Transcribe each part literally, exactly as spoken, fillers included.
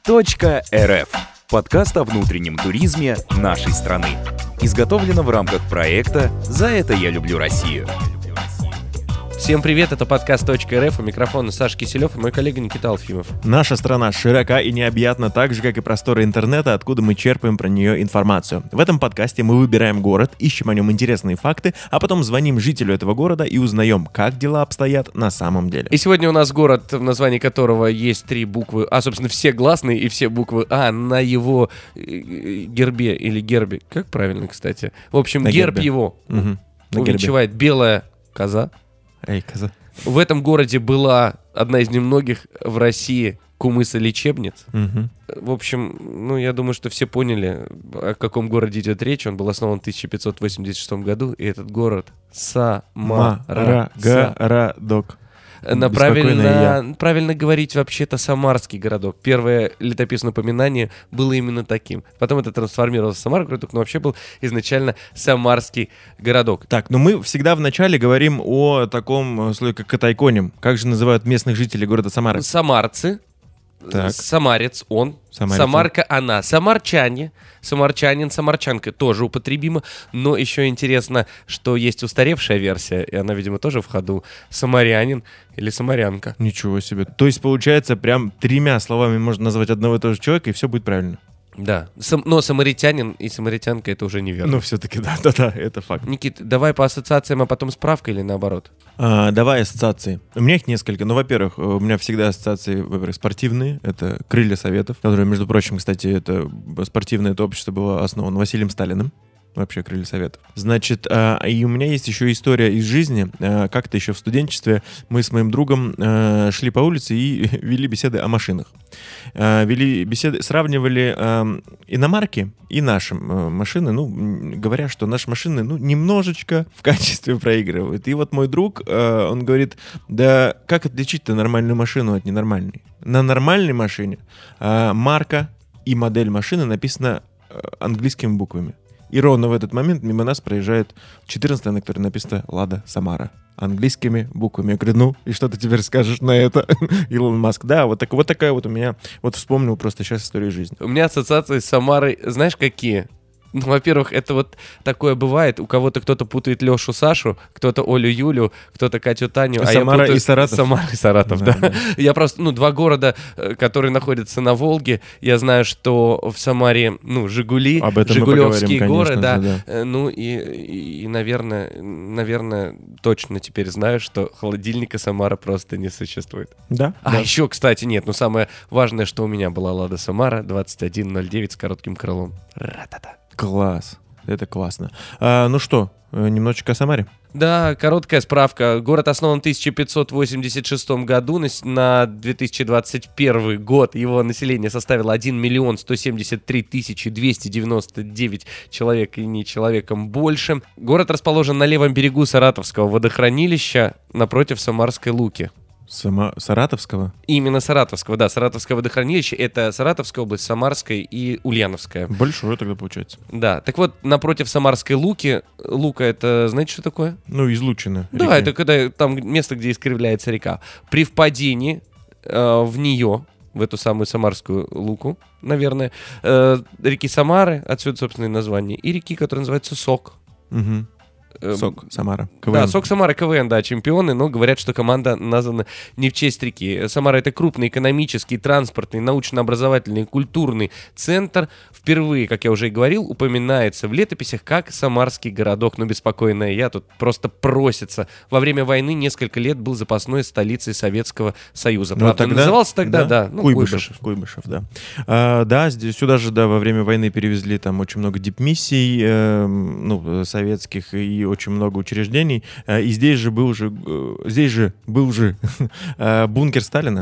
Точка РФ. Подкаст о внутреннем туризме нашей страны. Изготовлено в рамках проекта «За это я люблю Россию». Всем привет, это подкаст «Точка РФ», у микрофона Саша Киселев и мой коллега Никита Алфимов. Наша страна широка и необъятна так же, как и просторы интернета, откуда мы черпаем про нее информацию. В этом подкасте мы выбираем город, ищем о нем интересные факты, а потом звоним жителю этого города и узнаем, как дела обстоят на самом деле. И сегодня у нас город, в названии которого есть три буквы А, собственно, все гласные и все буквы А на его гербе или гербе. Как правильно, кстати? В общем, на герб гербе. его Угу. увенчивает белая коза. Эй, коза. В этом городе была одна из немногих в России кумыса-лечебниц. Угу. В общем, ну, я думаю, что все поняли, о каком городе идет речь. Он был основан в тысяча пятьсот восемьдесят шестом году, и этот город Самара. Городок. На правильно, правильно говорить вообще-то Самарский городок. Первое летописное упоминание было именно таким. Потом это трансформировалось в Самарский городок, но вообще был изначально Самарский городок. Так, ну мы всегда вначале говорим о таком слое, как катайконим. Как же называют местных жителей города Самары? Самарцы. Так. Самарец он, Самарец. Самарка она, самарчане, самарчанин, самарчанка тоже употребимо, но еще интересно, что есть устаревшая версия, и она, видимо, тоже в ходу, самарянин или самарянка. Ничего себе. То есть, получается, прям тремя словами можно назвать одного и того же человека, и все будет правильно. Да, Сам, но самаритянин и самаритянка — это уже неверно. Ну, все-таки, да-да-да, это факт. Никит, давай по ассоциациям, а потом справка или наоборот? А, давай ассоциации. У меня их несколько. Ну, во-первых, у меня всегда ассоциации, во-первых, спортивные. Это «Крылья Советов», которые, между прочим, кстати, это спортивное это общество было основано Василием Сталиным. Вообще «Крылья Советов». Значит, а, и у меня есть еще история из жизни. А, как-то еще в студенчестве мы с моим другом а, шли по улице и вели беседы о машинах. А, вели беседы, сравнивали а, иномарки и наши а, машины, ну, говоря, что наши машины, ну, немножечко в качестве проигрывают. И вот мой друг, а, он говорит, да как отличить-то нормальную машину от ненормальной? На нормальной машине а, марка и модель машины написана а, английскими буквами. И ровно в этот момент мимо нас проезжает четырнадцатая, на которой написано «Лада Самара». Английскими буквами. Я говорю, ну, и что ты теперь скажешь на это, Илон Маск? Да, вот, так, вот такая вот у меня, вот вспомнил просто сейчас историю жизни. У меня ассоциации с Самарой, знаешь, какие? Ну, во-первых, это вот такое бывает. У кого-то кто-то путает Лешу Сашу, кто-то Олю Юлю, кто-то Катю Таню. А а Самара я путаю... и Саратов. Самара и Саратов, да. да. Я просто, ну, два города, которые находятся на Волге. Я знаю, что в Самаре, ну, Жигули, Об этом Жигулевские мы поговорим, горы, да. да. да. Ну, и, и, и, наверное, наверное, точно теперь знаю, что холодильника Самара просто не существует. Да. А да. еще, кстати, нет, ну, самое важное, что у меня была Лада Самара двадцать один ноль девять с коротким крылом. Ра-та-та. Класс. Это классно. А, ну что, немножечко о Самаре? Да, короткая справка. Город основан в тысяча пятьсот восемьдесят шестом году. На две тысячи двадцать первый год его население составило один миллион сто семьдесят три тысячи двести девяносто девять человек, и не человеком больше. Город расположен на левом берегу Саратовского водохранилища напротив Самарской Луки. Сама... Саратовского? Именно Саратовского, да. Саратовское водохранилище — это Саратовская область, Самарская и Ульяновская. Большое тогда получается. Да. Так вот, напротив Самарской Луки, Лука — это, знаете, что такое? Ну, излучено. Да, реки. Это когда там место, где искривляется река. При впадении э, в нее, в эту самую Самарскую Луку, наверное, э, реки Самары, отсюда, собственно, и название, и реки, которая называется Сок. Угу. Сок Самара. КВН. Да, Сок Самара, КВН, да, чемпионы, но говорят, что команда названа не в честь реки. Самара — это крупный экономический, транспортный, научно-образовательный, культурный центр. Впервые, как я уже и говорил, упоминается в летописях как Самарский городок. Но беспокойная я тут просто просится. Во время войны несколько лет был запасной столицей Советского Союза. Ну, Правда, тогда, назывался тогда, да, да ну, Куйбышев. Куйбышев. Куйбышев, да. А, да, здесь, сюда же, да, во время войны перевезли там очень много дипмиссий, э, ну, советских, и очень много учреждений. И здесь же был же, здесь же был же бункер Сталина.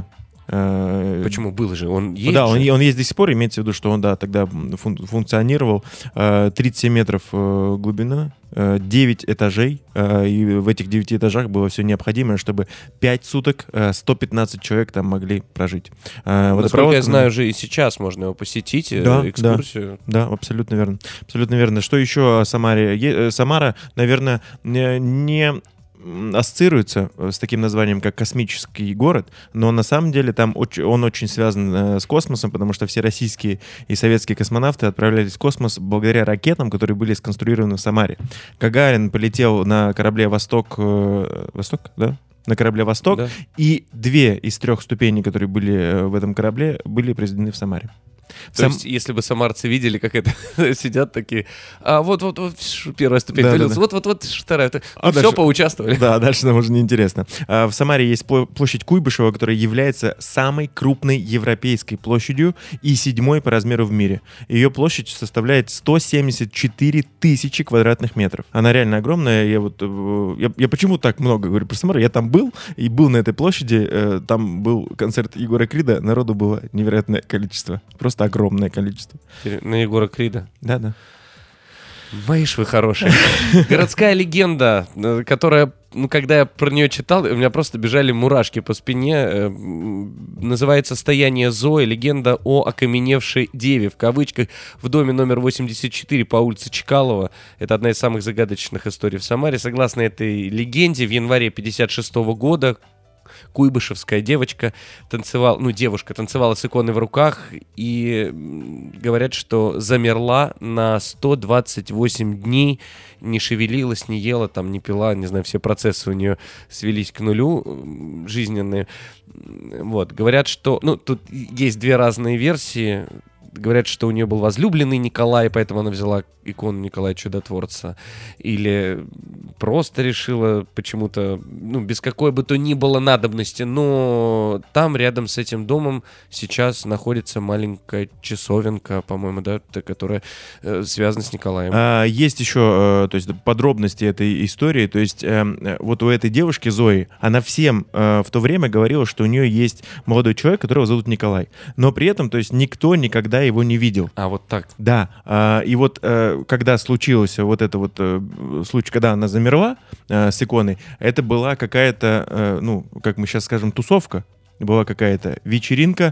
Почему был же? Он есть Да, же? он, он есть до сих пор, имеется в виду, что он, да, тогда фун- функционировал. тридцать семь метров глубина, девять этажей, и в этих девяти этажах было все необходимое, чтобы пять суток сто пятнадцать человек там могли прожить. Насколько я знаю, же и сейчас можно его посетить, да, экскурсию. Да, да, абсолютно верно. Абсолютно верно. Что еще о Самаре? Е- Самара, наверное, не... м, ассоциируется э, с таким названием, как космический город, но на самом деле там оч- он очень связан э, с космосом, потому что все российские и советские космонавты отправлялись в космос благодаря ракетам, которые были сконструированы в Самаре. Гагарин полетел на корабле «Восток», э, «Восток», да? На корабле «Восток», Да. и две из трех ступеней, которые были э, в этом корабле, были произведены в Самаре. То Сам- есть, если бы самарцы видели, как это сидят такие, а вот-вот-вот ш- первая ступень Да, да, появилась, да. вот-вот-вот вторая. Ну, А все, дальше- поучаствовали. Да, дальше нам уже неинтересно. А, В Самаре есть пло- площадь Куйбышева, которая является самой крупной европейской площадью и седьмой по размеру в мире. Ее площадь составляет сто семьдесят четыре тысячи квадратных метров. Она реально огромная. Я вот э, я, я почему так много говорю про Самару? Я там был и был на этой площади. э, Там был концерт Егора Крида. Народу было невероятное количество. Просто огромное количество. На Егора Крида. Да-да. Мои ж вы хорошие. Городская легенда, э, которая, ну, когда я про нее читал, у меня просто бежали мурашки по спине. Э, м, Называется «Стояние Зои. Легенда о окаменевшей деве», в кавычках, в доме номер восемьдесят четыре по улице Чкалова. Это одна из самых загадочных историй в Самаре. Согласно этой легенде, в январе пятьдесят шестого года куйбышевская девочка танцевала, ну, девушка танцевала с иконой в руках, и м, говорят, что замерла на сто двадцать восемь дней, не шевелилась, не ела, там, не пила, не знаю, все процессы у нее свелись к нулю м, жизненные. М, Вот, говорят, что, ну, тут есть две разные версии. Говорят, что у нее был возлюбленный Николай, поэтому она взяла икону Николая Чудотворца. Или просто решила почему-то, ну, без какой бы то ни было надобности. Но там, рядом с этим домом, сейчас находится маленькая часовенка, по-моему, да, та, которая э, связана с Николаем. А, есть еще, э, то есть, подробности этой истории. То есть, э, вот у этой девушки Зои, она всем э, в то время говорила, что у нее есть молодой человек, которого зовут Николай. Но при этом, то есть, никто никогда его не видел. А, вот так. Да, а, и вот э, когда случился вот это вот э, случай, когда она замерла э, с иконой, это была какая-то, э, ну, как мы сейчас скажем, тусовка. Была какая-то вечеринка,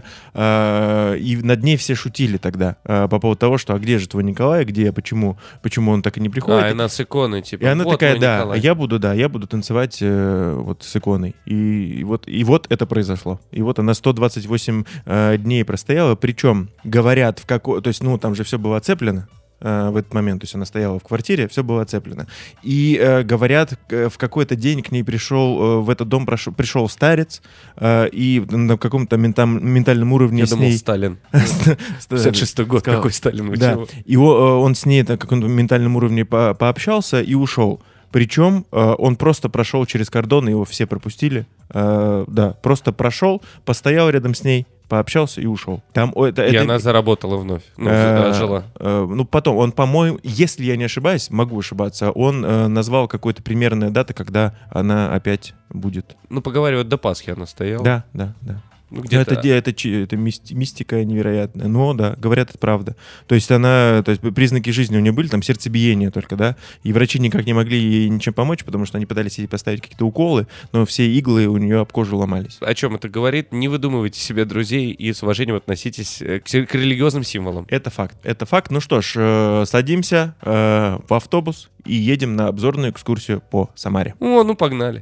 э, и над ней все шутили тогда э, по поводу того, что а где же твой Николай, где, почему, почему он так и не приходит. А, и она с иконой, типа, И она вот такая, мой да, Николай. я буду, да, я буду танцевать э, вот с иконой. И, и вот, и вот это произошло. И вот она сто двадцать восемь э, дней простояла, причем говорят в какой, то есть, ну, там же все было оцеплено э, в этот момент, то есть она стояла в квартире, все было оцеплено. И э, говорят, э, в какой-то день к ней пришел, э, в этот дом прошел, пришел старец, э, и на каком-то ментам- ментальном уровне Я с думал, ней... Сталин. пятьдесят шестой год, Сказал. какой Сталин, вы Да. чего? И о- э, он с ней на каком-то ментальном уровне по- пообщался и ушел. Причем э, он просто прошел через кордон, его все пропустили. Э, да, просто прошел, постоял рядом с ней, пообщался и ушел. Там, о, это, И это- она заработала вновь. Ну, э, жила. э, ну, потом, он, по-моему, если я не ошибаюсь, могу ошибаться, он э, назвал какую-то примерную дату, когда она опять будет. Ну, поговаривают, до Пасхи она стояла. Да, да, да. Ну, Ну, где-то... Это, де- это, чи- это мисти- мистика невероятная. Но да, говорят, это правда. То есть она, то есть признаки жизни у нее были, там сердцебиение только, да, и врачи никак не могли ей ничем помочь, потому что они пытались ей поставить какие-то уколы, но все иглы у нее об кожу ломались. О чем это говорит? Не выдумывайте себе друзей и с уважением относитесь э, к, се- к религиозным символам. Это факт. Это факт. Ну что ж, э, садимся э, в автобус и едем на обзорную экскурсию по Самаре. О, ну погнали.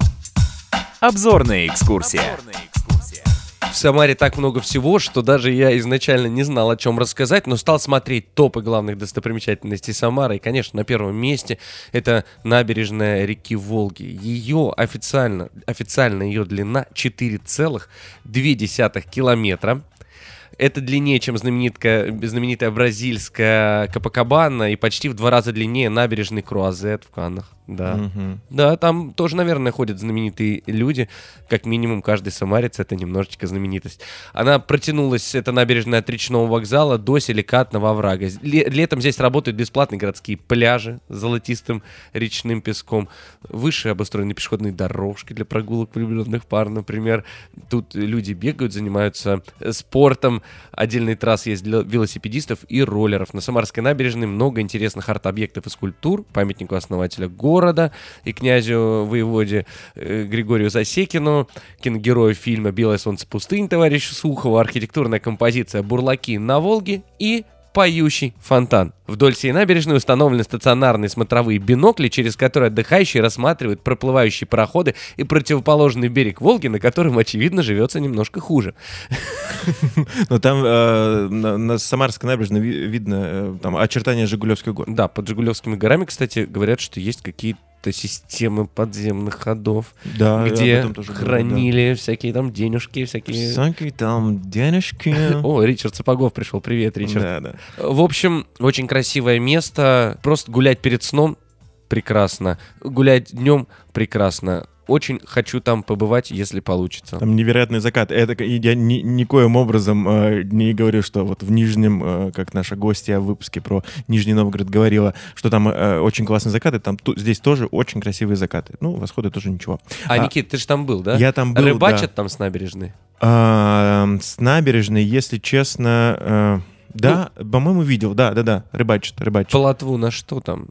Обзорная экскурсия. В Самаре так много всего, что даже я изначально не знал, о чем рассказать, но стал смотреть топы главных достопримечательностей Самары. И, конечно, на первом месте это набережная реки Волги. Ее официально, официально ее длина четыре целых две десятых километра. Это длиннее, чем знаменитая, знаменитая бразильская Копакабана и почти в два раза длиннее набережной Круазет в Каннах. Да. Мгм. Да, там тоже, наверное, ходят знаменитые люди. Как минимум, каждый самарец — это немножечко знаменитость. Она протянулась, эта набережная, от речного вокзала до Силикатного оврага. Ле- Летом здесь работают бесплатные городские пляжи с золотистым речным песком. Выше обустроены пешеходные дорожки для прогулок влюбленных пар, например. Тут люди бегают, занимаются э, спортом. Отдельные трассы есть для велосипедистов и роллеров. На Самарской набережной много интересных арт-объектов и скульптур. Памятнику основателя города и князю воеводе э, Григорию Засекину, киногерою фильма «Белое солнце пустынь» товарищу Сухову, архитектурная композиция «Бурлаки на Волге» и поющий фонтан. Вдоль всей набережной установлены стационарные смотровые бинокли, через которые отдыхающие рассматривают проплывающие пароходы и противоположный берег Волги, на котором, очевидно, живется немножко хуже. Но там э, на, на Самарской набережной ви- видно э, там очертания Жигулевских гор. Да, под Жигулевскими горами, кстати, говорят, что есть какие-то системы подземных ходов, Да, где об этом тоже говорят, хранили всякие там денежки, да. всякие... Всякие там денежки. О, Ричард Сапогов пришел. Привет, Ричард. Да, да. В общем, очень красивое место. Просто гулять перед сном прекрасно. Гулять днем прекрасно. Очень хочу там побывать, если получится. Там невероятный закат. Это я ни, никоим образом э, не говорю, что вот в Нижнем, э, как наша гостья в выпуске про Нижний Новгород говорила, что там э, очень классные закаты. Там ту, здесь тоже очень красивые закаты. Ну, восходы тоже ничего. А, а Никит, ты же там был, да? Я там был, Рыбачат да. там с набережной? А, с набережной, если честно, э, да, ну, по-моему, видел. Да, да, да. Рыбачат, рыбачат. Плотву на что там?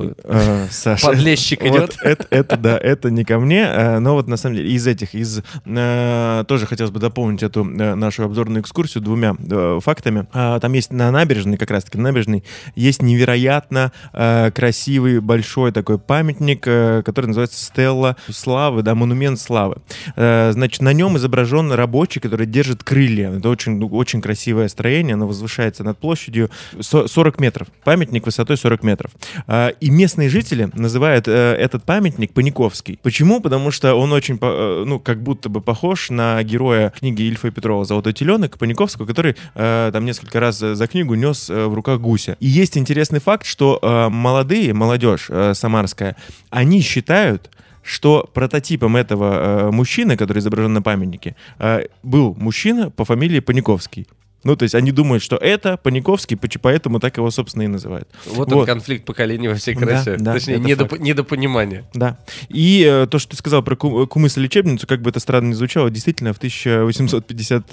Uh, Саша, подлещик вот идет. Это, это да, это не ко мне, uh, но вот на самом деле из этих, из uh, тоже хотелось бы дополнить эту uh, нашу обзорную экскурсию двумя uh, фактами. Uh, там есть на набережной, как раз-таки на набережной, есть невероятно uh, красивый большой такой памятник, uh, который называется Стелла Славы, да, монумент славы. Uh, значит, на нем изображен рабочий, который держит крылья. Это очень, очень красивое строение, оно возвышается над площадью сорок метров. Памятник высотой сорок метров. Uh, И местные жители называют э, этот памятник Паниковский. Почему? Потому что он очень, э, ну, как будто бы похож на героя книги Ильфа и Петрова «Золотой теленок» Паниковского, который э, там несколько раз за книгу нес э, в руках гуся. И есть интересный факт, что э, молодые, молодежь э, самарская, они считают, что прототипом этого э, мужчины, который изображен на памятнике, э, был мужчина по фамилии Паниковский. Ну, то есть они думают, что это Паниковский, поэтому так его, собственно, и называют. Вот, вот. он конфликт поколений во всей красе. Да, да, Точнее, недоп... факт. недопонимание. Да. И э, то, что ты сказал про ку- кумыс-лечебницу, как бы это странно ни звучало, действительно, в тысяча восемьсот пятьдесят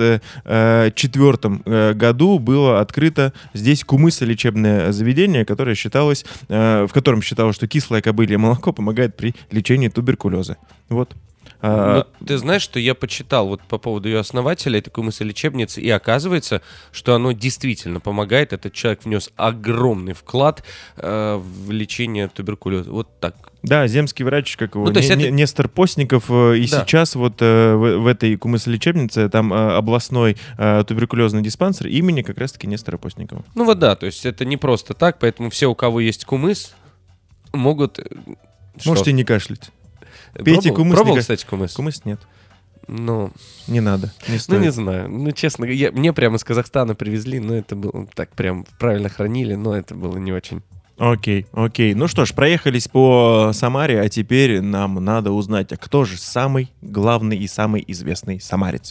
четвёртом э, году было открыто здесь кумыс-лечебное заведение, которое считалось, э, в котором считалось, что кислое кобылье молоко помогает при лечении туберкулеза. Вот. Ну, ты знаешь, что я почитал вот по поводу ее основателя, этой кумыс-лечебницы, и оказывается, что оно действительно помогает. Этот человек внес огромный вклад э, в лечение туберкулеза. Вот так. Да, земский врач, как его, ну, то есть не, это... Нестор Постников, э, и да. сейчас вот э, в, в этой кумыс-лечебнице там э, областной э, туберкулезный диспансер имени как раз-таки Нестора Постникова. Ну вот да, то есть это не просто так, поэтому все, у кого есть кумыс, могут... Можете что? не кашлять. Пейте Пробовал, кумыс. Пробовал, не... кстати, кумыс? Кумыс нет. Ну... Не надо, не стоит. Ну, не знаю. Ну, честно, я, мне прямо из Казахстана привезли, но это было так прям правильно хранили, но это было не очень. Окей, окей. Ну что ж, проехались по Самаре, а теперь нам надо узнать, а кто же самый главный и самый известный самарец?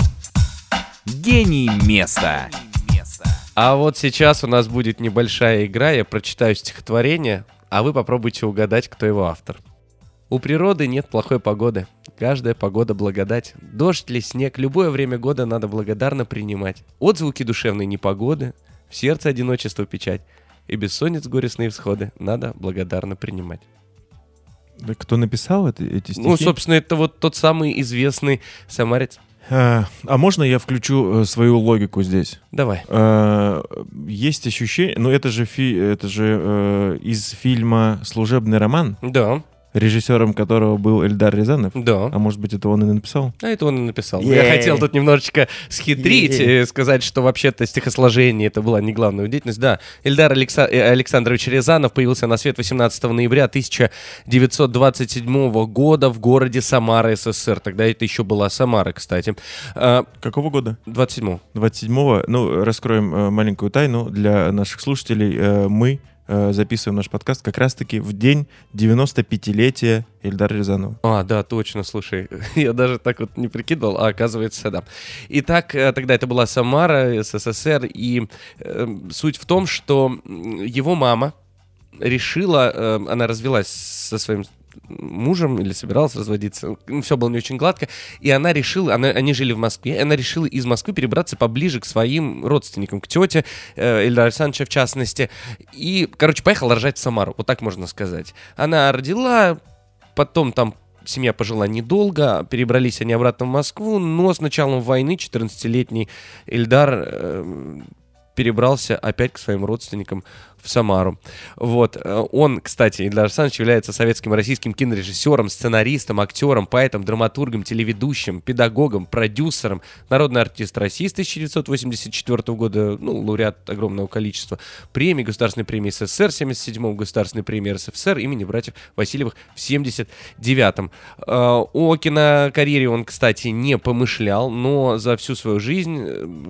Гений места. А вот сейчас у нас будет небольшая игра, я прочитаю стихотворение, а вы попробуйте угадать, кто его автор. У природы нет плохой погоды. Каждая погода благодать. Дождь или снег, любое время года надо благодарно принимать. Отзвуки душевной непогоды, в сердце одиночество печать. И бессонниц горестные всходы надо благодарно принимать. Да кто написал это, эти стихи? Ну, собственно, это вот тот самый известный самарец. А, а можно я включу свою логику здесь? Давай. А, есть ощущение... Ну, это же, фи, это же э, из фильма «Служебный роман». Да. Режиссером которого был Эльдар Рязанов. Да. А может быть, это он и написал? А это он и написал. Yeah. Я хотел тут немножечко схитрить Yeah. и сказать, что вообще-то стихосложение это была не главная деятельность. Да, Эльдар Алекса... Александрович Рязанов появился на свет восемнадцатого ноября тысяча девятьсот двадцать седьмого года в городе Самара, СССР. Тогда это еще была Самара, кстати. А... Какого года? двадцать седьмого. двадцать седьмого. Ну, раскроем э, маленькую тайну для наших слушателей. Э, мы записываем наш подкаст как раз-таки в день девяносто пятилетия Эльдара Рязанова. А, да, точно, слушай, я даже так вот не прикидывал, а оказывается, да. Итак, тогда это была Самара, СССР, и э, суть в том, что его мама решила, э, она развелась со своим мужем или собиралась разводиться, все было не очень гладко, и она решила, она, они жили в Москве, и она решила из Москвы перебраться поближе к своим родственникам, к тете э, Эльдара Александровича в частности, и, короче, поехала рожать в Самару, вот так можно сказать. Она родила, потом там семья пожила недолго, перебрались они обратно в Москву, но с началом войны четырнадцатилетний Эльдар э, перебрался опять к своим родственникам в Самару. Вот. Он, кстати, Эльдар Рязанович является советским и российским кинорежиссером, сценаристом, актером, поэтом, драматургом, телеведущим, педагогом, продюсером, народный артист России с тысяча девятьсот восемьдесят четвёртого года, ну, лауреат огромного количества премий, Государственной премии СССР семьдесят седьмого, Государственной премии РСФСР имени братьев Васильевых в семьдесят девятом. О кинокарьере он, кстати, не помышлял, но за всю свою жизнь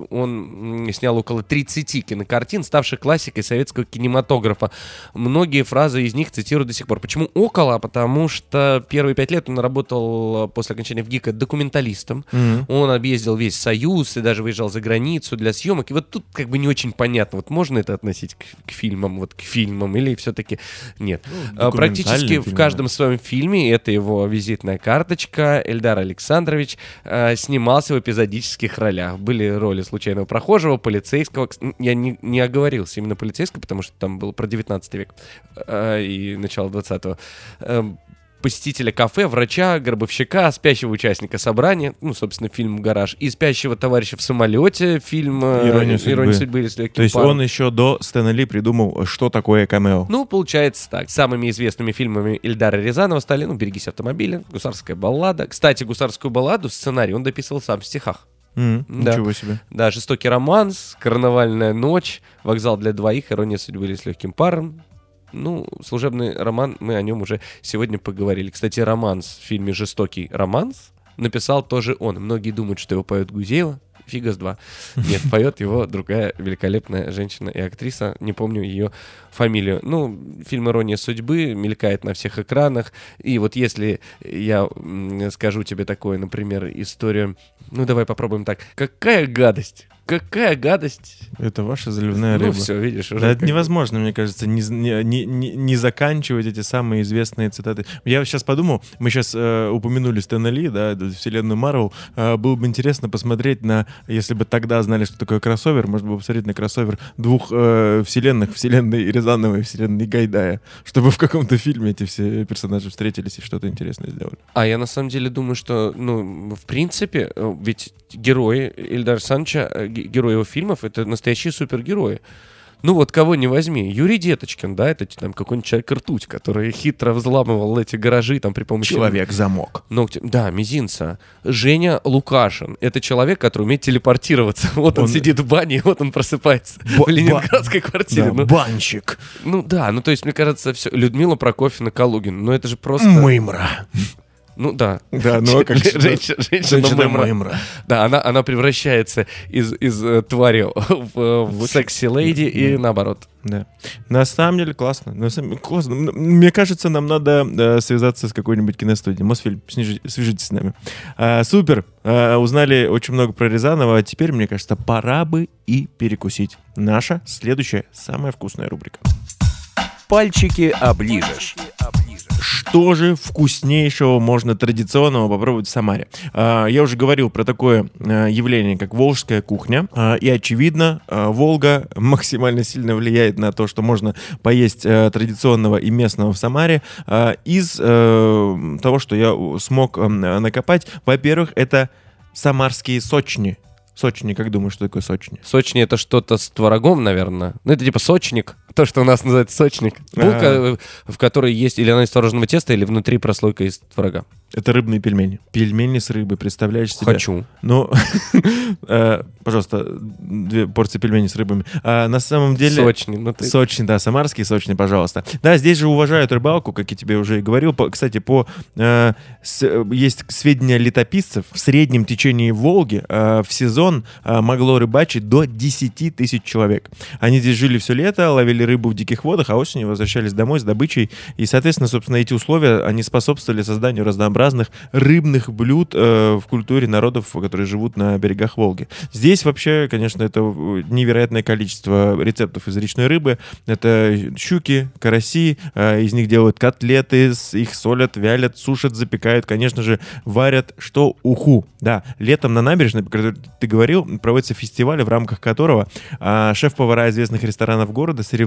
он снял около тридцати кинокартин, ставших классикой советского кинематографа. кинематографа. Многие фразы из них цитирую до сих пор. Почему около? Потому что первые пять лет он работал после окончания ВГИКа документалистом. Mm-hmm. Он объездил весь Союз и даже выезжал за границу для съемок. И вот тут как бы не очень понятно, вот можно это относить к, к фильмам, вот к фильмам, или все-таки нет. Ну, практически в каждом своем фильме, это его визитная карточка, Эльдар Александрович э, снимался в эпизодических ролях. Были роли случайного прохожего, полицейского. Я не, не оговорился именно полицейского, потому что там было про девятнадцатый век э, и начало двадцатого. Э, посетителя кафе, врача, гробовщика, спящего участника собрания, ну, собственно, фильм «Гараж», и спящего товарища в самолете, фильм «Ирония судьбы», «Ирония судьбы» или с легким То есть паром. он еще до Стэна Ли придумал, что такое камео. Ну, получается так. Самыми известными фильмами Эльдара Рязанова стали, ну, «Берегись автомобиля», «Гусарская баллада». Кстати, «Гусарскую балладу» сценарий он дописывал сам в стихах. Mm, да. Ничего себе. Да, «Жестокий романс», «Карнавальная ночь», «Вокзал для двоих», «Ирония судьбы» или с легким паром. Ну, служебный роман, мы о нем уже сегодня поговорили. Кстати, романс в фильме «Жестокий романс» написал тоже он. Многие думают, что его поет Гузеева. Фига с два. Нет, поет его другая великолепная женщина и актриса. Не помню ее фамилию. Ну, фильм «Ирония судьбы» мелькает на всех экранах. И вот если я скажу тебе такое, например, историю... Ну, давай попробуем так. Какая гадость! Какая гадость! Это ваша заливная ну, рыба. все, видишь, уже Да, это как... невозможно, мне кажется, не, не, не, не заканчивать эти самые известные цитаты. Я сейчас подумал, мы сейчас э, упомянули Стэна Ли, да, вселенную Марвел. Э, было бы интересно посмотреть на, если бы тогда знали, что такое кроссовер, можно было посмотреть на кроссовер двух э, вселенных, вселенной Рязанова и вселенной Гайдая, чтобы в каком-то фильме эти все персонажи встретились и что-то интересное сделали. А я на самом деле думаю, что, ну, в принципе, ведь герои Эльдара Александровича, герои его фильмов, это настоящие супергерои. Ну вот кого не возьми. Юрий Деточкин, да, это там какой-нибудь Человек-ртуть, который хитро взламывал эти гаражи там при помощи... Человек-замок. Ногти... Да, мизинца. Женя Лукашин. Это человек, который умеет телепортироваться. Вот он, он... сидит в бане, и вот он просыпается Б- в ленинградской ба... квартире. Да, ну, банщик. Ну да, ну то есть, мне кажется, все. Людмила Прокофьевна Калугин. Ну это же просто... Мымра. Ну да. Да, ну как женщина, женщина мымра. Да, она, она превращается из, из э, твари в, в секси-лейди и наоборот. Да. На самом деле классно. На самом... классно. Мне кажется, нам надо э, связаться с какой-нибудь киностудией. Мосфильм, снижи... свяжитесь с нами. А, супер. А, узнали очень много про Рязанова. А теперь, мне кажется, пора бы и перекусить. Наша следующая, самая вкусная рубрика. Пальчики оближешь. Что же вкуснейшего можно традиционного попробовать в Самаре? Я уже говорил про такое явление, как волжская кухня. И, очевидно, Волга максимально сильно влияет на то, что можно поесть традиционного и местного в Самаре из того, что я смог накопать. Во-первых, это самарские сочни. Сочни, как думаешь, что такое сочни? Сочни — это что-то с творогом, наверное. Ну, это типа сочник. То, что у нас называется сочник. Булка, А-а-а. в которой есть или она из творожного теста, или внутри прослойка из творога. Это рыбные пельмени. Пельмени с рыбой, представляешь себе? Хочу. Ну, пожалуйста, две порции пельменей с рыбами. На самом деле... Сочни. Ну ты... Сочни, да, самарские сочни, пожалуйста. Да, здесь же уважают рыбалку, как я тебе уже и говорил. Кстати, по есть сведения летописцев. В среднем течении Волги в сезон могло рыбачить до десять тысяч человек. Они здесь жили все лето, ловили рыбу в диких водах, а осенью возвращались домой с добычей. И, соответственно, собственно, эти условия, они способствовали созданию разнообразных рыбных блюд э, в культуре народов, которые живут на берегах Волги. Здесь вообще, конечно, это невероятное количество рецептов из речной рыбы. Это щуки, караси, э, из них делают котлеты, их солят, вялят, сушат, запекают, конечно же, варят, что уху. Да, летом на набережной, про которую ты говорил, проводится фестиваль, в рамках которого э, шеф-повара известных ресторанов города соревнуются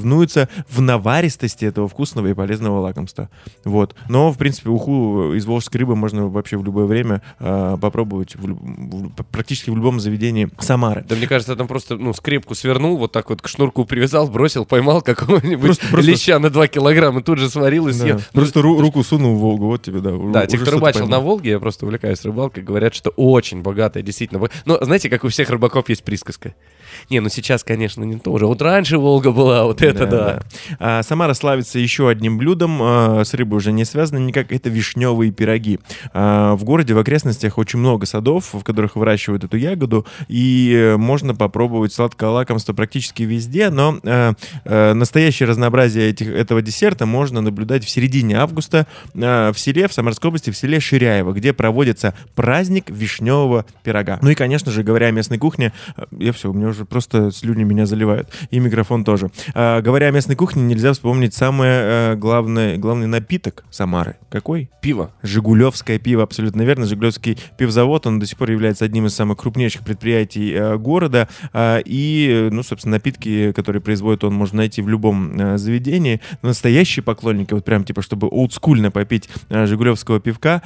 соревнуются в наваристости этого вкусного и полезного лакомства. Вот. Но, в принципе, уху из волжской рыбы можно вообще в любое время э, попробовать в, в, практически в любом заведении Самары. Да мне кажется, там просто ну, скрепку свернул, вот так вот к шнурку привязал, бросил, поймал какого-нибудь Просто- просто- леща на два килограмма, тут же сварил и Да. съел. Просто ру- руку сунул в Волгу, вот тебе, да. Да, уже те, кто что-то рыбачил поймал. на Волге, я просто увлекаюсь рыбалкой, говорят, что очень богатая, действительно. бо- Но знаете, как у всех рыбаков есть присказка. Не, ну сейчас, конечно, не то уже. Вот раньше Волга была, вот это да. А, Самара славится еще одним блюдом, а, с рыбой уже не связано никак, это вишневые пироги. А, в городе, в окрестностях очень много садов, в которых выращивают эту ягоду, и э, можно попробовать сладкое лакомство практически везде, но э, э, настоящее разнообразие этих, этого десерта можно наблюдать в середине августа э, в селе, в Самарской области, в селе Ширяево, где проводится праздник вишневого пирога. Ну и, конечно же, говоря о местной кухне, э, я все, у меня уже просто слюни меня заливают, и микрофон тоже. А, говоря о местной кухне, нельзя вспомнить самое э, главное, главный напиток Самары. Какой? Пиво. Жигулевское пиво, абсолютно верно. Жигулевский пивзавод, он до сих пор является одним из самых крупнейших предприятий э, города. Э, и, ну, собственно, напитки, которые производит он, можно найти в любом э, заведении. Но настоящие поклонники, вот прям типа, чтобы олдскульно попить э, жигулевского пивка,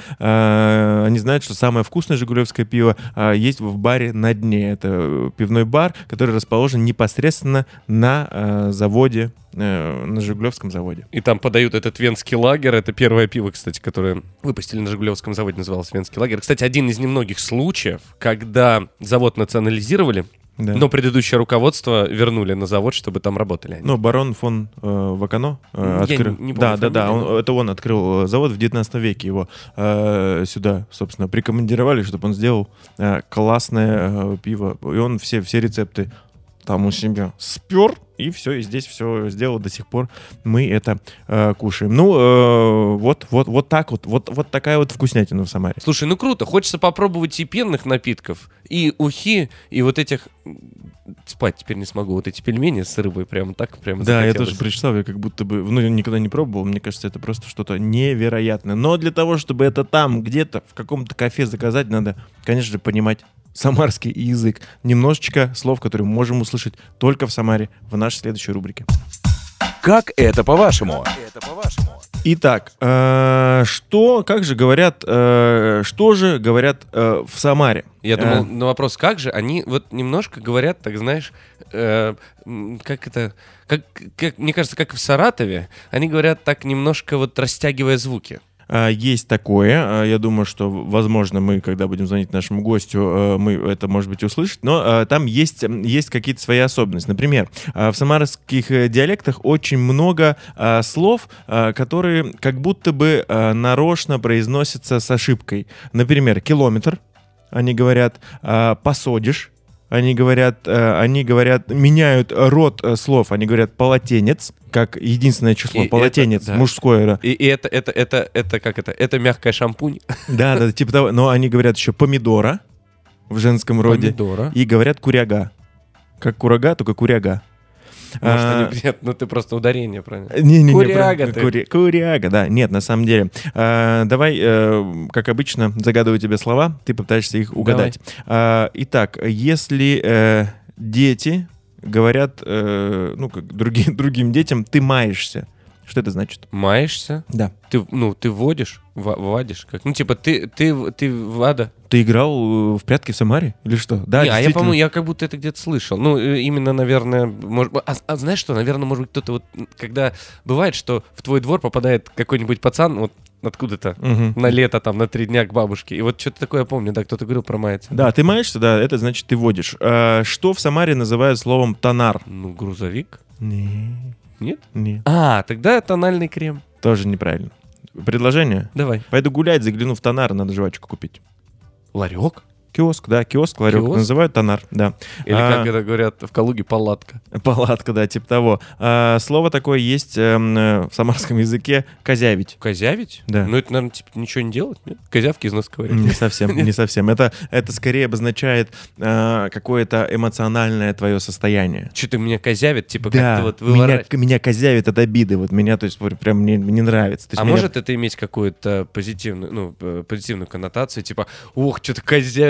э, они знают, что самое вкусное жигулевское пиво э, есть в баре «На дне». Это пивной бар, который расположен непосредственно на э, заводе, э, на Жигулевском заводе. И там подают этот венский лагерь. Это первое пиво, кстати, которое выпустили на Жигулевском заводе, называлось венский лагерь. Кстати, один из немногих случаев, когда завод национализировали, Да. но предыдущее руководство вернули на завод, чтобы там работали они. Ну, барон фон э, Вакано э, Я открыл. не- не помню да, да, да, фамилию, он- но- это он открыл э, завод в девятнадцатом веке. Его э, сюда, собственно, прикомандировали, чтобы он сделал э, классное э, пиво. И он все, все рецепты там у себя спер, и все, и здесь все сделал до сих пор. Мы это э, кушаем. Ну, э, вот, вот, вот так вот, вот, вот такая вот вкуснятина в Самаре. Слушай, ну круто. Хочется попробовать и пенных напитков, и ухи, и вот этих... Спать теперь не смогу. Вот эти пельмени с рыбой прям так прям Да, я захотелось. тоже прочитал, я как будто бы, ну, никогда не пробовал, мне кажется, это просто что-то невероятное. Но для того, чтобы это там, где-то, в каком-то кафе заказать, надо, конечно же, понимать самарский язык. Немножечко слов, которые мы можем услышать только в Самаре, в нашей следующей рубрике. Как это по-вашему? Итак, э, что, как же говорят, э, что же говорят э, в Самаре? Я Э, думал, на вопрос, как же, они вот немножко говорят, так знаешь, э, м, как это, как, как, мне кажется, как в Саратове, они говорят так немножко вот растягивая звуки. А, Есть такое. А, Я думаю, что, возможно, мы, когда будем звонить нашему гостю, э, мы это, может быть, услышать. Но а, там есть, м, есть какие-то свои особенности. Например, а, в самарских э, диалектах очень много а, слов, а, которые как будто бы а, нарочно произносятся с ошибкой. Например, километр. Они говорят а, «посодишь». Они говорят, э, они говорят, меняют род э, слов. Они говорят «полотенец», как единственное число. И Полотенец, это, да. мужское. Да. И, и это, это, это, это, как это, это мягкая шампунь. Да, да, типа того. Но они говорят еще помидора в женском роде. Помидора. И говорят куряга. Как курага, только куряга. Может, А, они, нет, ну ты просто ударение правильно. Не-не-не, Куряга про- ты. кури- Куряга, да. Нет, на самом деле. А, давай, э, как обычно, загадываю тебе слова, ты попытаешься их угадать. А, итак, если э, дети говорят, э, ну, как други- другим детям, ты маешься, что это значит? Маешься, Да. ты, ну, ты водишь, ва- вадишь, как, ну, типа, ты, ты, ты вада. Ты играл э, в прятки в Самаре? Или что? Да, Не, а я, действительно. по-моему, я как будто это где-то слышал. Ну, э, именно, наверное, может, а, а знаешь что, наверное, может быть, кто-то вот, м, когда бывает, что в твой двор попадает какой-нибудь пацан, вот откуда-то, Мгм. на лето, там, на три дня к бабушке, и вот что-то такое я помню, да, кто-то говорил про маяться. Да, ты маешься, да, это значит ты водишь. А, что в Самаре называют словом тонар? Ну, грузовик? Не, Нет? не, А, тогда тональный крем. тоже неправильно. Предложение? Давай. Пойду гулять, загляну в тонар, надо жвачку купить. Ларек? Киоск, да, киоск, ларек. Киоск? Называют тонар, да. Или, А, как это говорят в Калуге, палатка. Палатка, да, типа того. А, слово такое есть эм, э, в самарском языке «козявить». Козявить? Да. Ну, это, наверное, типа ничего не делать, нет? Козявки из нас ковырять. Не совсем, не совсем. Это, это скорее обозначает э, какое-то эмоциональное твое состояние. Что ты меня козявит, типа Да, как-то вот меня, выворачивает. меня козявит от обиды. Вот меня, то есть, вот прям мне не нравится. То есть А меня- может это иметь какую-то позитивную, ну, э, позитивную коннотацию, типа, ох, что-то козявит,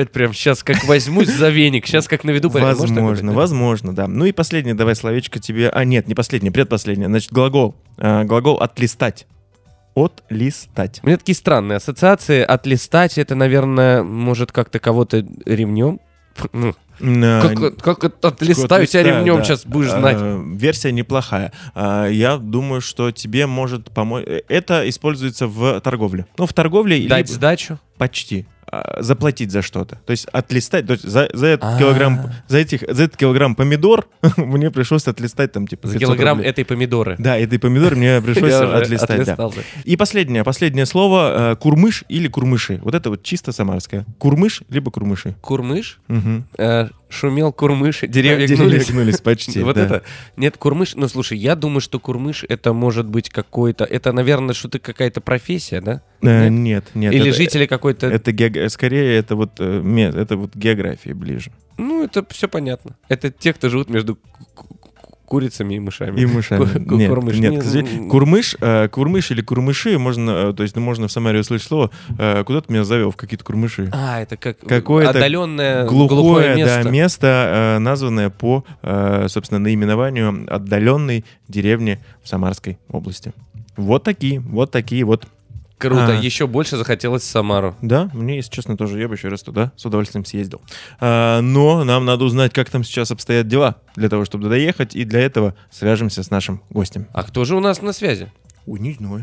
делать прям сейчас, как возьмусь за веник, сейчас как наведу порядок. Возможно, возможно, да. Ну и последнее, давай словечко тебе... А, нет, не последнее, предпоследнее. Значит, глагол. Э, глагол «отлистать». Отлистать. У меня такие странные ассоциации. Отлистать — это, наверное, может как-то кого-то ремнем? Ну, Э, как, как это отлистаю тебя ремнем, да. сейчас будешь знать. Э, версия неплохая. Э, я думаю, что тебе может помочь... Это используется в торговле. Ну, в торговле... Дать либо- сдачу? Почти. А, заплатить за что-то. То есть отлистать, то есть за, за, этот А. килограмм, за, этих, за этот килограмм помидор мне пришлось отлистать там типа За пятьсот килограмм рублей. этой помидоры. Да, этой помидор мне пришлось Я уже отлистать. Да. отлистал, да. И последнее, последнее слово э, курмыш или курмыши. Вот это вот чисто самарское. Курмыш либо курмыши. Курмыш? Мгм. Э, шумел Курмыш, деревья Деревья гнулись. гнулись почти. Вот да. это. Нет, Курмыш. Ну, слушай, я думаю, что Курмыш это может быть какой-то... Это, наверное, что-то какая-то профессия, да? Э, Нет? Нет, нет. Или это- жители какой-то... Это ге- скорее это вот э, ме- это вот географии ближе. Ну, это все понятно. Это те, кто живут между ку- ку- курицами и мышами. И мышами. Ку- ку- Нет, курмыш. нет, Не- к сожалению, курмыш, э, курмыш или курмыши, можно, э, то есть ну, можно в Самаре услышать слово, э, куда ты меня завел, в какие-то курмыши. А, это как Какое-то отдаленное Глухое, глухое да, место. место, э, названное по, э, собственно, наименованию отдаленной деревни в Самарской области. Вот такие, вот такие вот. Круто. А. Еще больше захотелось в Самару. Да, мне, если честно, тоже я бы еще раз туда с удовольствием съездил. А, но нам надо узнать, как там сейчас обстоят дела, для того, чтобы туда ехать, и для этого свяжемся с нашим гостем. А кто же у нас на связи? Ой, не знаю.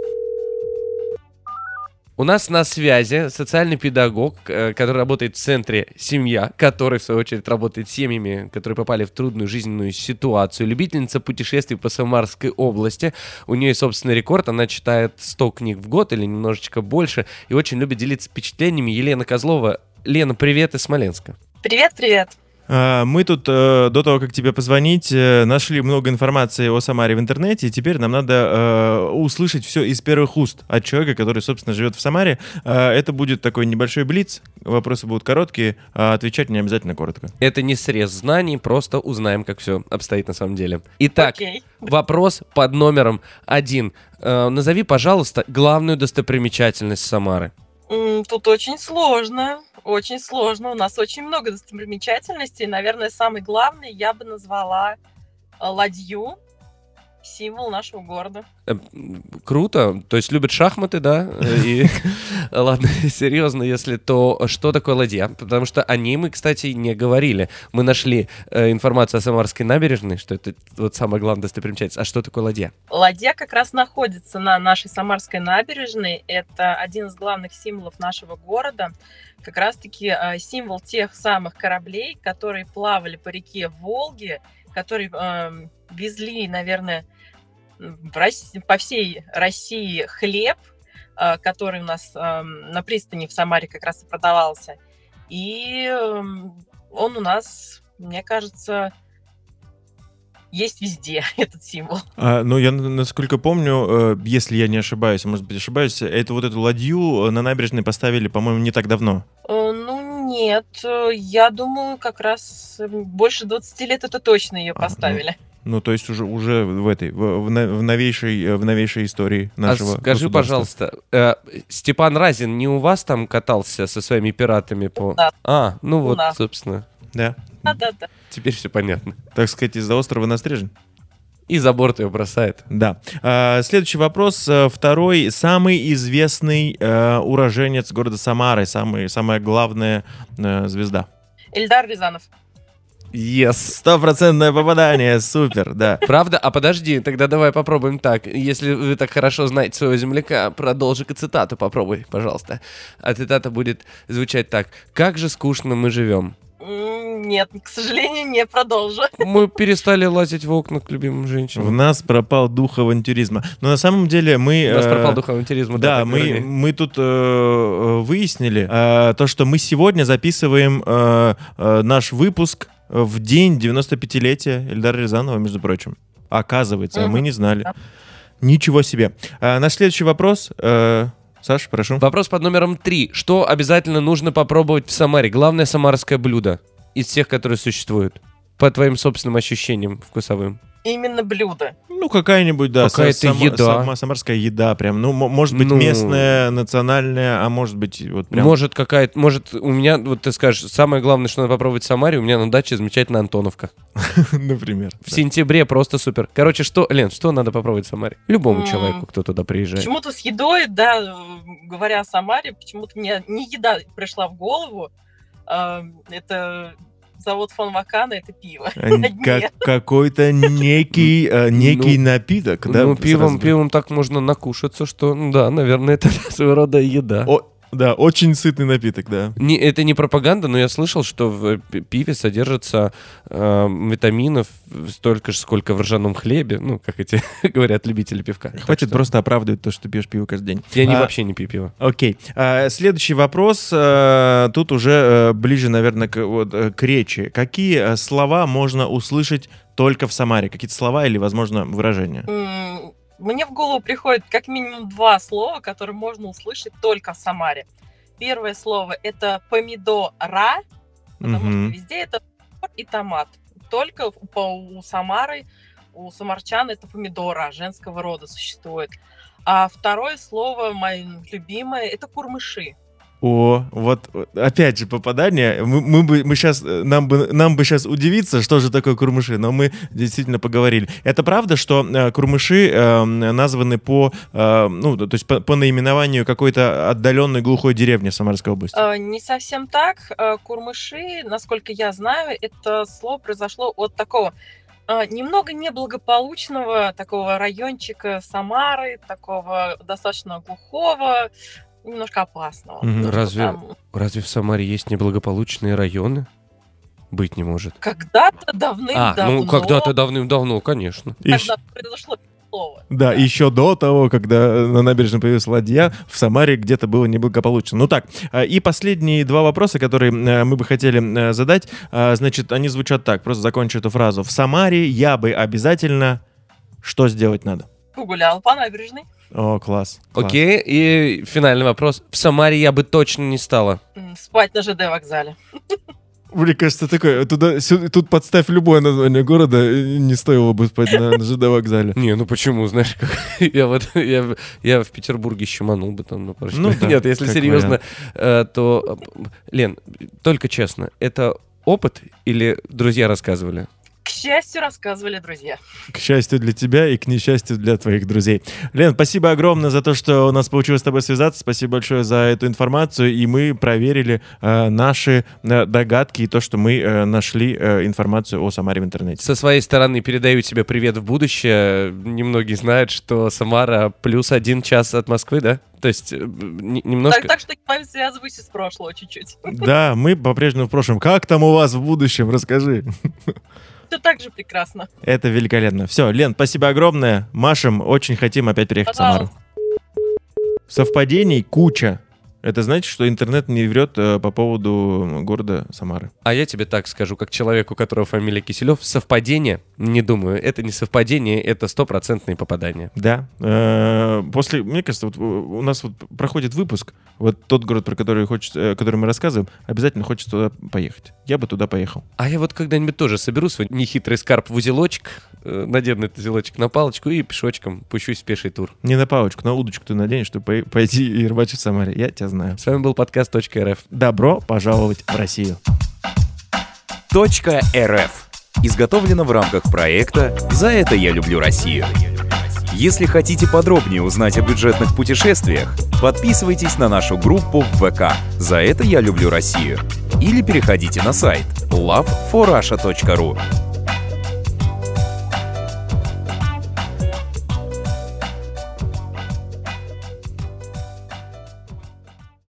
У нас на связи социальный педагог, э, который работает в центре «Семья», который, в свою очередь, работает с семьями, которые попали в трудную жизненную ситуацию, любительница путешествий по Самарской области. У нее есть собственный рекорд, она читает сто книг в год или немножечко больше, и очень любит делиться впечатлениями. Елена Козлова. Лена, привет из Смоленска. Привет-привет. А, Мы тут э, до того, как тебе позвонить, э, нашли много информации о Самаре в интернете, и теперь нам надо э, услышать все из первых уст от человека, который, собственно, живет в Самаре. Э, Это будет такой небольшой блиц, вопросы будут короткие, а отвечать не обязательно коротко. Это не срез знаний, просто узнаем, как все обстоит на самом деле. Итак, Окей. вопрос под номером один. Э, назови, пожалуйста, главную достопримечательность Самары. М, Тут очень сложно, очень сложно. У нас очень много достопримечательностей. Наверное, самый главный я бы назвала э, ладью, символ нашего города. Э, м, Круто. То есть любят шахматы, да? Э, И ладно, серьезно, если то что такое ладья? Потому что о ней мы, кстати, не говорили. Мы нашли э, информацию о Самарской набережной, что это вот самая главная достопримечательность. А что такое ладья? Ладья как раз находится на нашей Самарской набережной. Это один из главных символов нашего города. Как раз-таки э, символ тех самых кораблей, которые плавали по реке Волге, которые эм, везли, наверное, в Рос- по всей России хлеб, э, который у нас эм, на пристани в Самаре как раз и продавался. И эм, он у нас, мне кажется, есть везде, этот символ. А, ну, я, н- насколько помню, э, если я не ошибаюсь, а может быть ошибаюсь, это вот эту ладью э, на набережной поставили, по-моему, не так давно. Э, Ну, нет, э, я думаю, как раз м, больше двадцати лет это точно ее А, ну, поставили. Ну, то есть уже, уже в этой, в, в на- в новейшей, э, в новейшей истории нашего А скажи, государства. пожалуйста, э, Степан Разин не у вас там катался со своими пиратами по... Да. А, ну У вот, нас. собственно, Да. Да-да-да. теперь все понятно. Так сказать, из-за острова Настрежен. И за борт ее бросает. Да. А, следующий вопрос. э, Второй. Самый известный э, уроженец города Самары. Самый, самая главная э, звезда. Эльдар Рязанов. Yes. Стопроцентное попадание. Супер, да. Правда? А подожди, тогда давай попробуем так. Если вы так хорошо знаете своего земляка, продолжи-ка цитату попробуй, пожалуйста. А цитата будет звучать так. «Как же скучно мы живем». М, Нет, к сожалению, не продолжу. Мы перестали лазить в окна к любимым В женщинам. нас пропал дух авантюризма. Но на самом деле мы... У нас э, пропал дух авантюризма. Да, так мы, вернее. мы тут э, э, выяснили э, то, что мы сегодня записываем э, э, наш выпуск в день девяностопятилетия Эльдара Рязанова, между прочим. Оказывается, Мгм. мы не знали. Да. Ничего себе. А, наш следующий вопрос. Э, Саш, прошу. Вопрос под номером три. Что обязательно нужно попробовать в Самаре? Главное самарское блюдо из всех, которые существуют. по твоим собственным ощущениям вкусовым? Именно блюдо. Ну, какая-нибудь, да, Какая-то сама- еда. сама- самарская еда прям. Ну, м- может быть, Ну. местная, национальная, а может быть, вот прям... Может, какая-то... Может, у меня, вот ты скажешь, самое главное, что надо попробовать в Самаре, у меня на даче замечательная Антоновка. Например. В сентябре просто супер. Короче, что, Лен, что надо попробовать в Самаре? Любому М. человеку, кто туда приезжает. Почему-то с едой, да, э, говоря о Самаре, почему-то мне не еда пришла в голову. А, Это завод фон Вакана, это пиво. А, На как- дне. какой-то некий, э, некий напиток, да? Ну, пивом, сразу. пивом так можно накушаться, что, ну да, наверное, это своего рода еда. О, да, очень сытный напиток, да. Не, это не пропаганда, но я слышал, что в пи- пиве содержится э, витаминов столько же, сколько в ржаном хлебе. Ну, как эти говорят любители пивка. Так Хватит что просто оправдывать то, что ты пьешь пиво каждый день. Я не, А, вообще не пью пиво. Окей. А, следующий вопрос. а, Тут уже э, ближе, наверное, к, вот, э, к речи. Какие э, слова можно услышать только в Самаре? Какие-то слова или, возможно, выражения? М, Мне в голову приходит как минимум два слова, которые можно услышать только в Самаре. Первое слово — это помидора, потому Мгм. что везде это помидор и томат. Только у, по- у Самары, у самарчан это помидора женского рода существует. А второе слово, мое любимое, это курмыши. О, вот э, опять же попадание. Мы, мы бы, мы сейчас, нам бы, нам бы сейчас удивиться, что же такое курмыши, но мы действительно поговорили. Это правда, что э, курмыши э, названы по, э, ну, то есть по, по наименованию какой-то отдаленной глухой деревни в Самарской области? А, Не совсем так. А, Курмыши, насколько я знаю, это слово произошло от такого а, немного неблагополучного такого райончика Самары, такого достаточно глухого, немножко опасного. Мгм. Потому что Разве- там Разве в Самаре есть неблагополучные районы? Быть не может. когда-то давным-давно, А, ну когда-то давным-давно, конечно. И щ- когда произошло слово. Да, еще до того, когда на набережной появилась ладья, в Самаре где-то было неблагополучно. Ну так, а, и последние два вопроса, которые э, мы бы хотели э, задать, а, значит, они звучат так, просто закончу эту фразу. В Самаре я бы обязательно... Что сделать надо? Погулял по набережной. О, класс. класс. Окей, и финальный вопрос. В Самаре я бы точно не стала. м, Спать на ЖД вокзале. Мне кажется, такое, туда, сю- тут подставь любое название города, и не стоило бы спать на, на ЖД вокзале. Не, ну почему, знаешь, как я вот я, я в Петербурге щеманул бы там на пару Ну часов. да, Нет, если как серьезно, э, то э, Лен, только честно, это опыт или друзья рассказывали? К счастью, рассказывали друзья. К счастью для тебя и к несчастью для твоих друзей. Лен, спасибо огромное за то, что у нас получилось с тобой связаться. Спасибо большое за эту информацию. И мы проверили э, наши э, догадки и то, что мы э, нашли э, информацию о Самаре в интернете. Со своей стороны передаю тебе привет в будущее. Немногие знают, что Самара плюс один час от Москвы, да? То есть э, н- немножко... Так, так что я с вами связываюсь из прошлого чуть-чуть. Да, мы по-прежнему в прошлом. Как там у вас в будущем? Расскажи. Все так же прекрасно. Это великолепно. Все, Лен, спасибо огромное. Машем, очень хотим опять приехать в Самару. Пожалуйста. Совпадений куча. Это значит, что интернет не врет э, по поводу города Самары. А я тебе так скажу, как человек, у которого фамилия Киселев, совпадение, не думаю, это не совпадение, это стопроцентное попадание. Да. Э, После, мне кажется, вот у нас вот проходит выпуск, вот тот город, про который, хочет, э, который мы рассказываем, обязательно хочется туда поехать. Я бы туда поехал. А я вот когда-нибудь тоже соберу свой нехитрый скарб в узелочек, э, надену этот узелочек на палочку и пешочком пущусь в пеший тур. Не на палочку, на удочку ты наденешь, чтобы пой- пойти и рыбачить в Самаре. Я тебя знаю. С вами был подкаст .рф. Добро пожаловать в Россию. Точка .рф. Изготовлено в рамках проекта «За это я люблю Россию». Если хотите подробнее узнать о бюджетных путешествиях, подписывайтесь на нашу группу в ВК «За это я люблю Россию» или переходите на сайт лав фор раша точка ру.